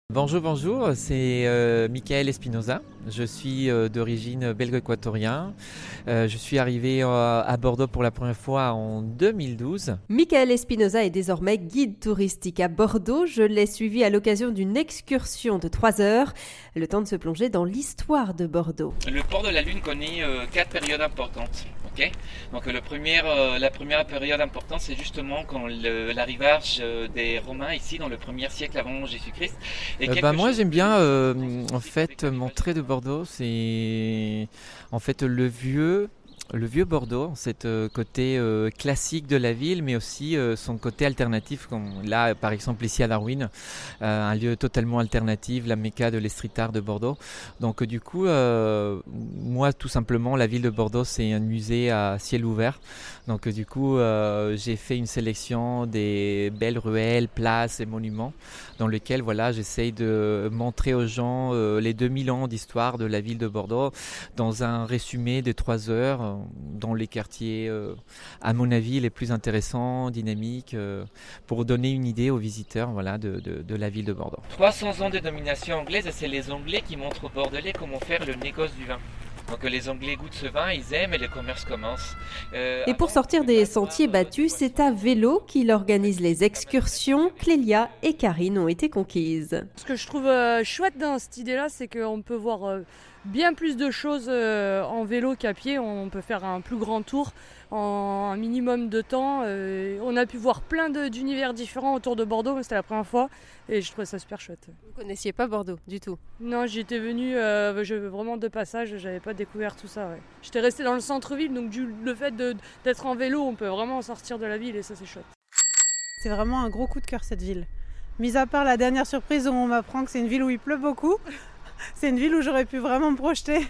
Bonjour, c'est Michael Espinosa. Je suis d'origine belgo-équatorien. Je suis arrivé à Bordeaux pour la première fois en 2012. Michael Espinosa est désormais guide touristique à Bordeaux. Je l'ai suivi à l'occasion d'une excursion de 3 heures, le temps de se plonger dans l'histoire de Bordeaux. Le port de la Lune connaît 4 périodes importantes. Okay, donc la première période importante, c'est justement quand l'arrivage des Romains ici dans le 1er siècle avant Jésus-Christ. Moi j'aime bien en fait mon trait de Bordeaux, c'est en fait le vieux Bordeaux, cet côté classique de la ville, mais aussi son côté alternatif, comme là par exemple ici à Darwin, un lieu totalement alternatif, la Mecca de l'estreet art de Bordeaux. Donc du coup, moi tout simplement, la ville de Bordeaux, c'est un musée à ciel ouvert. Donc du coup, j'ai fait une sélection des belles ruelles, places et monuments dans lesquels voilà, j'essaye de montrer aux gens les 2000 ans d'histoire de la ville de Bordeaux dans un résumé de 3 heures dans les quartiers, à mon avis, les plus intéressants, dynamiques, pour donner une idée aux visiteurs voilà, de la ville de Bordeaux. 300 ans de domination anglaise, et c'est les Anglais qui montrent aux Bordelais comment faire le négoce du vin. Donc les Anglais goûtent ce vin, ils aiment et le commerce commence. Et pour sortir des sentiers battus, c'est à vélo qu'il organise les excursions. Clélia et Karine ont été conquises. Ce que je trouve chouette dans cette idée-là, c'est qu'on peut voir bien plus de choses en vélo qu'à pied. On peut faire un plus grand tour en un minimum de temps. On a pu voir plein d'univers différents autour de Bordeaux, mais c'était la première fois et je trouvais ça super chouette. Vous ne connaissiez pas Bordeaux du tout? Non, j'y étais venue vraiment de passage, j'avais pas découvert tout ça. Ouais. J'étais restée dans le centre-ville, donc le fait d'être en vélo, on peut vraiment sortir de la ville et ça c'est chouette. C'est vraiment un gros coup de cœur cette ville. Mis à part la dernière surprise où on m'apprend que c'est une ville où il pleut beaucoup, c'est une ville où j'aurais pu vraiment me projeter.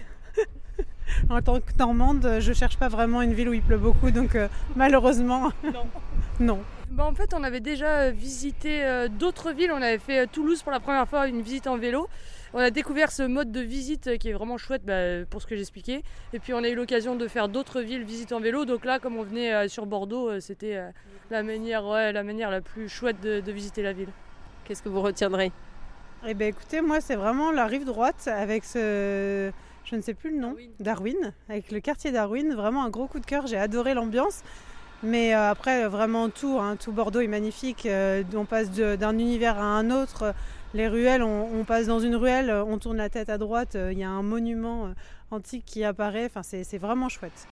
En tant que Normande, je cherche pas vraiment une ville où il pleut beaucoup, donc malheureusement, non. En fait, on avait déjà visité d'autres villes. On avait fait Toulouse pour la première fois, une visite en vélo. On a découvert ce mode de visite qui est vraiment chouette pour ce que j'expliquais. Et puis on a eu l'occasion de faire d'autres villes visite en vélo. Donc là, comme on venait sur Bordeaux, c'était la manière la plus chouette de visiter la ville. Qu'est-ce que vous retiendrez? Eh bien écoutez, moi c'est vraiment la rive droite avec ce... Je ne sais plus le nom, Darwin, avec le quartier Darwin, vraiment un gros coup de cœur, j'ai adoré l'ambiance. Mais après, vraiment tout Bordeaux est magnifique, on passe d'un univers à un autre. Les ruelles, on passe dans une ruelle, on tourne la tête à droite, il y a un monument antique qui apparaît, enfin, c'est vraiment chouette.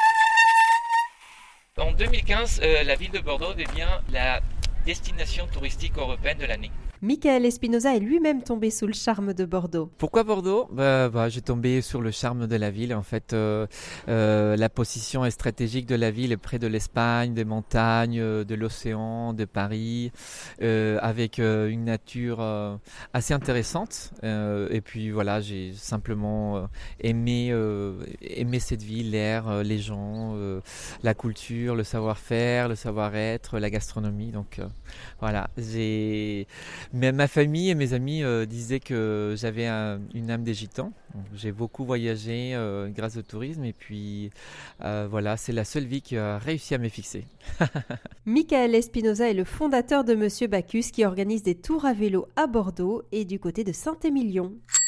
En 2015, la ville de Bordeaux devient la destination touristique européenne de l'année. Michael Espinosa est lui-même tombé sous le charme de Bordeaux. Pourquoi Bordeaux ? J'ai tombé sur le charme de la ville. En fait, la position est stratégique de la ville est près de l'Espagne, des montagnes, de l'océan, de Paris, avec une nature assez intéressante. Et puis voilà, j'ai simplement aimé cette ville, l'air, les gens, la culture, le savoir-faire, le savoir-être, la gastronomie. Donc voilà, mais ma famille et mes amis disaient que j'avais une âme des gitans. J'ai beaucoup voyagé grâce au tourisme et puis voilà, c'est la seule vie qui a réussi à me fixer. Michael Espinosa est le fondateur de Monsieur Bacchus qui organise des tours à vélo à Bordeaux et du côté de Saint-Émilion.